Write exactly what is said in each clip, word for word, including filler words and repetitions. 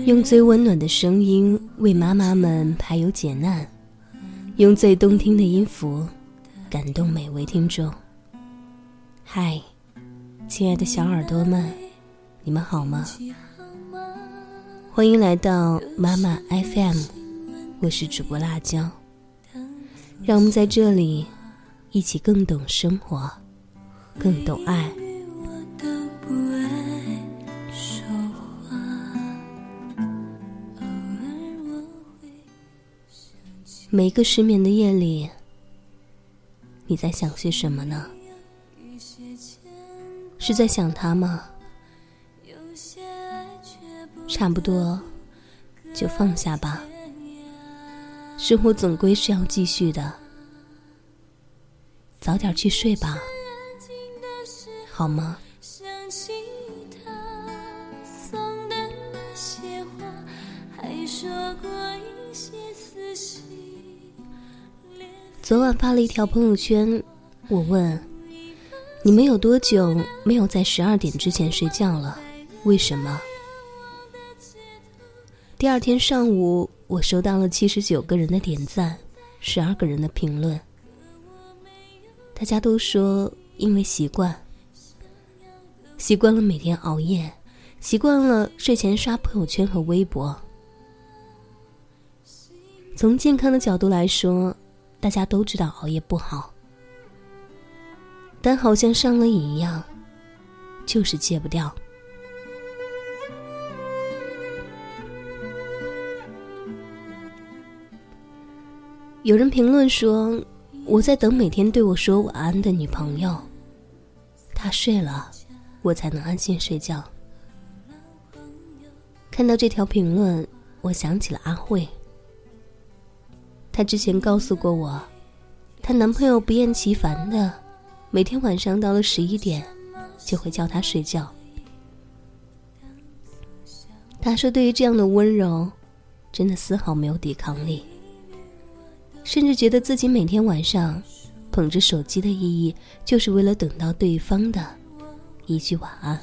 用最温暖的声音为妈妈们排忧解难，用最动听的音符感动每位听众。嗨，亲爱的小耳朵们，你们好吗？欢迎来到妈妈 F M， 我是主播辣椒。让我们在这里一起更懂生活，更懂爱。每个失眠的夜里，你在想些什么呢？是在想他吗？差不多就放下吧，生活总归是要继续的，早点去睡吧，好吗？昨晚发了一条朋友圈，我问你们有多久没有在十二点之前睡觉了？为什么？第二天上午，我收到了七十九个人的点赞，十二个人的评论。大家都说因为习惯，习惯了每天熬夜，习惯了睡前刷朋友圈和微博。从健康的角度来说，大家都知道熬夜不好，但好像上了瘾一样，就是戒不掉。有人评论说，我在等每天对我说晚安的女朋友，她睡了，我才能安心睡觉。看到这条评论，我想起了阿慧。她之前告诉过我，她男朋友不厌其烦的每天晚上到了十一点就会叫她睡觉。她说对于这样的温柔真的丝毫没有抵抗力，甚至觉得自己每天晚上捧着手机的意义就是为了等到对方的一句晚安。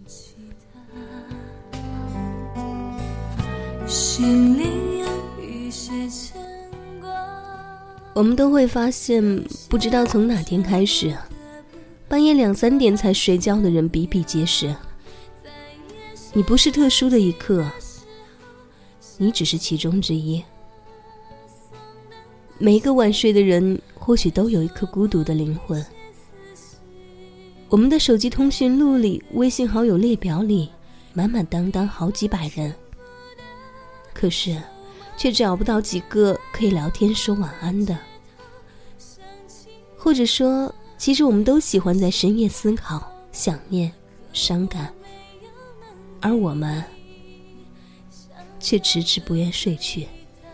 心里有一些牵挂。我们都会发现，不知道从哪天开始，半夜两三点才睡觉的人比比皆是。你不是特殊的一刻，你只是其中之一。每一个晚睡的人或许都有一颗孤独的灵魂。我们的手机通讯录里，微信好友列表里满满当当好几百人，可是却找不到几个可以聊天说晚安的。或者说，其实我们都喜欢在深夜思考、想念、伤感，而我们却迟迟不愿睡去。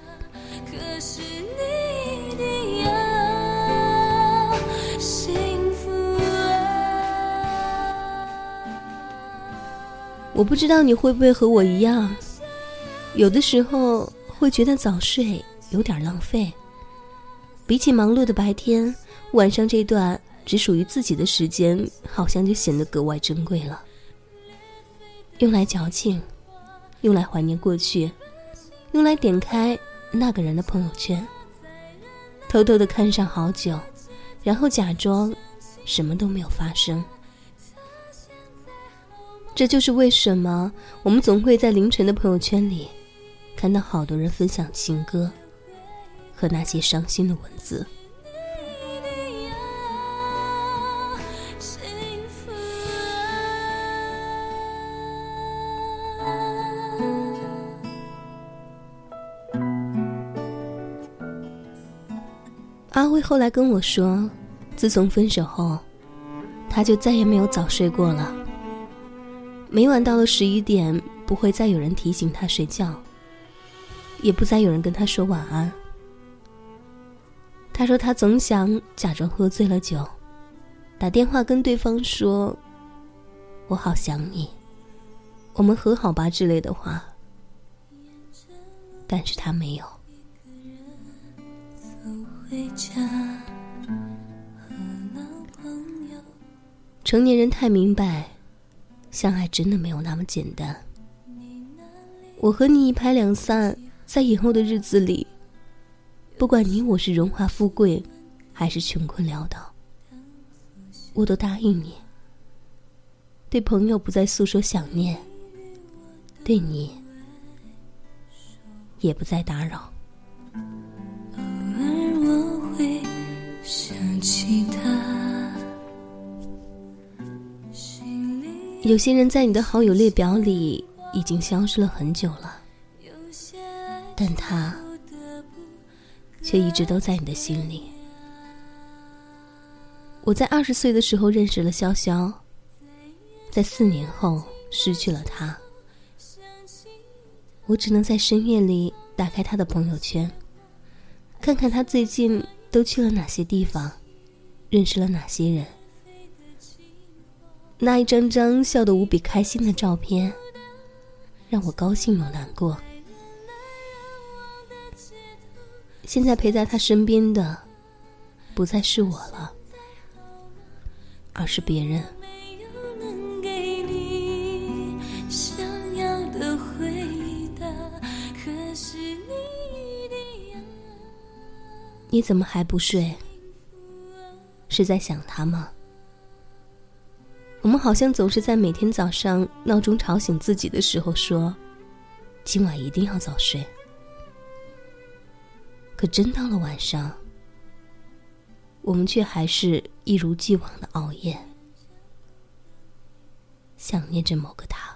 我不知道你会不会和我一样，有的时候会觉得早睡有点浪费，比起忙碌的白天，晚上这段只属于自己的时间好像就显得格外珍贵了，用来矫情，用来怀念过去，用来点开那个人的朋友圈，偷偷地看上好久，然后假装什么都没有发生。这就是为什么我们总会在凌晨的朋友圈里看到好多人分享情歌和那些伤心的文字。阿慧后来跟我说，自从分手后，她就再也没有早睡过了。每晚到了十一点，不会再有人提醒他睡觉，也不再有人跟他说晚安。他说他总想假装喝醉了酒，打电话跟对方说我好想你，我们和好吧之类的话，但是他没有。成年人太明白，相爱真的没有那么简单。 我和你一拍两散，在以后的日子里，不管你我是荣华富贵还是穷困潦倒，我都答应你，对朋友不再诉说想念，对你也不再打扰。 偶尔我会想起他， 有些人在你的好友列表里已经消失了很久了，但他却一直都在你的心里。我在二十岁的时候认识了潇潇，在四年后失去了他。我只能在深夜里打开他的朋友圈，看看他最近都去了哪些地方，认识了哪些人。那一张张笑得无比开心的照片，让我高兴又难过。现在陪在他身边的不再是我了，而是别人。你怎么还不睡？是在想他吗？我们好像总是在每天早上闹钟吵醒自己的时候说，今晚一定要早睡。可真到了晚上，我们却还是一如既往的熬夜，想念着某个他。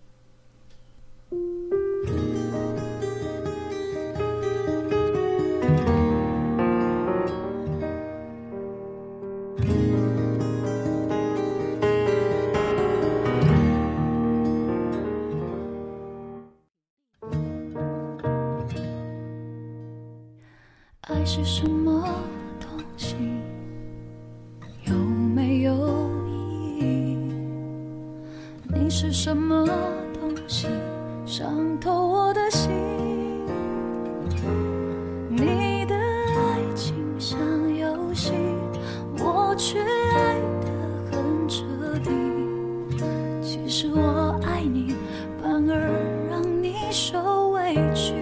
爱是什么东西？有没有意义？你是什么东西？伤透我的心。你的爱情像游戏，我却爱得很彻底。其实我爱你，反而让你受委屈。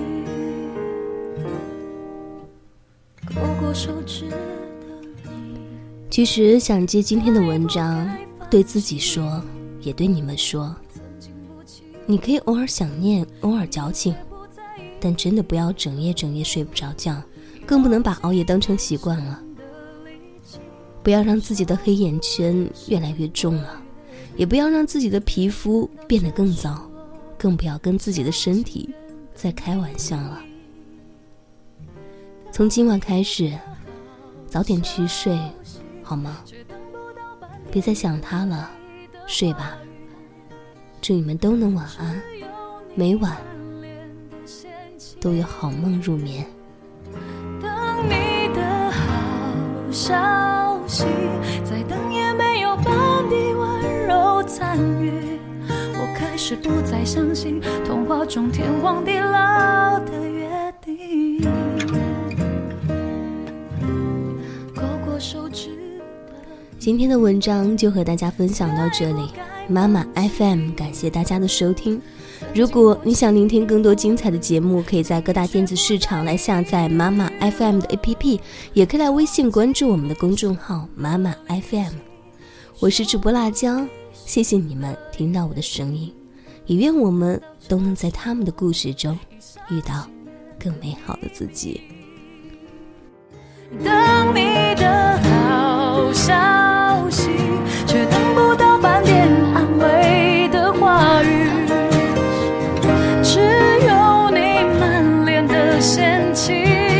其实想借今天的文章对自己说，也对你们说，你可以偶尔想念，偶尔矫情，但真的不要整夜整夜睡不着觉，更不能把熬夜当成习惯了。不要让自己的黑眼圈越来越重了，也不要让自己的皮肤变得更糟，更不要跟自己的身体再开玩笑了。从今晚开始，早点去睡，好吗？别再想他了，睡吧。祝你们都能晚安，每晚都有好梦入眠。 等你的好消息，再等也没有半滴温柔参与。我开始不再相信童话中天荒地老的约定。 今天的文章就和大家分享到这里，妈妈 F M 感谢大家的收听。如果你想聆听更多精彩的节目，可以在各大电子市场来下载妈妈 F M 的 A P P， 也可以来微信关注我们的公众号妈妈 F M。 我是主播辣椒，谢谢你们听到我的声音，也愿我们都能在他们的故事中遇到更美好的自己。 等你的好消息，却等不到半点安慰的话语，只有你满脸的嫌弃。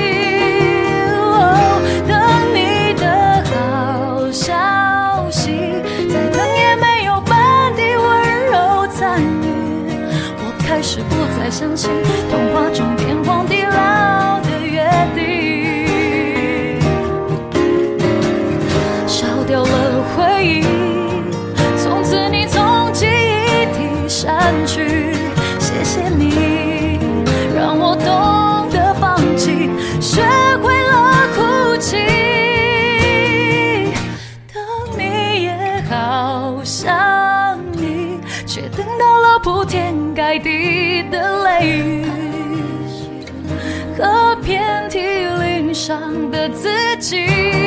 哦，等你的好消息，再等也没有半滴温柔参与。我开始不再相信童话中天荒地老的约定。掉了回忆，从此你从记忆体删去。谢谢你让我懂得放弃，学会了哭泣。等你也好想你，却等到了铺天盖海底的泪雨，和遍体鳞伤的自己。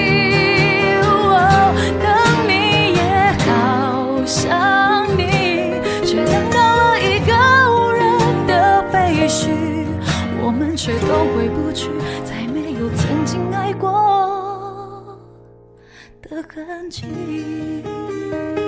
哦，等你也好想你，却等到了一个无人的废墟，我们却都回不去再没有曾经爱过的痕迹。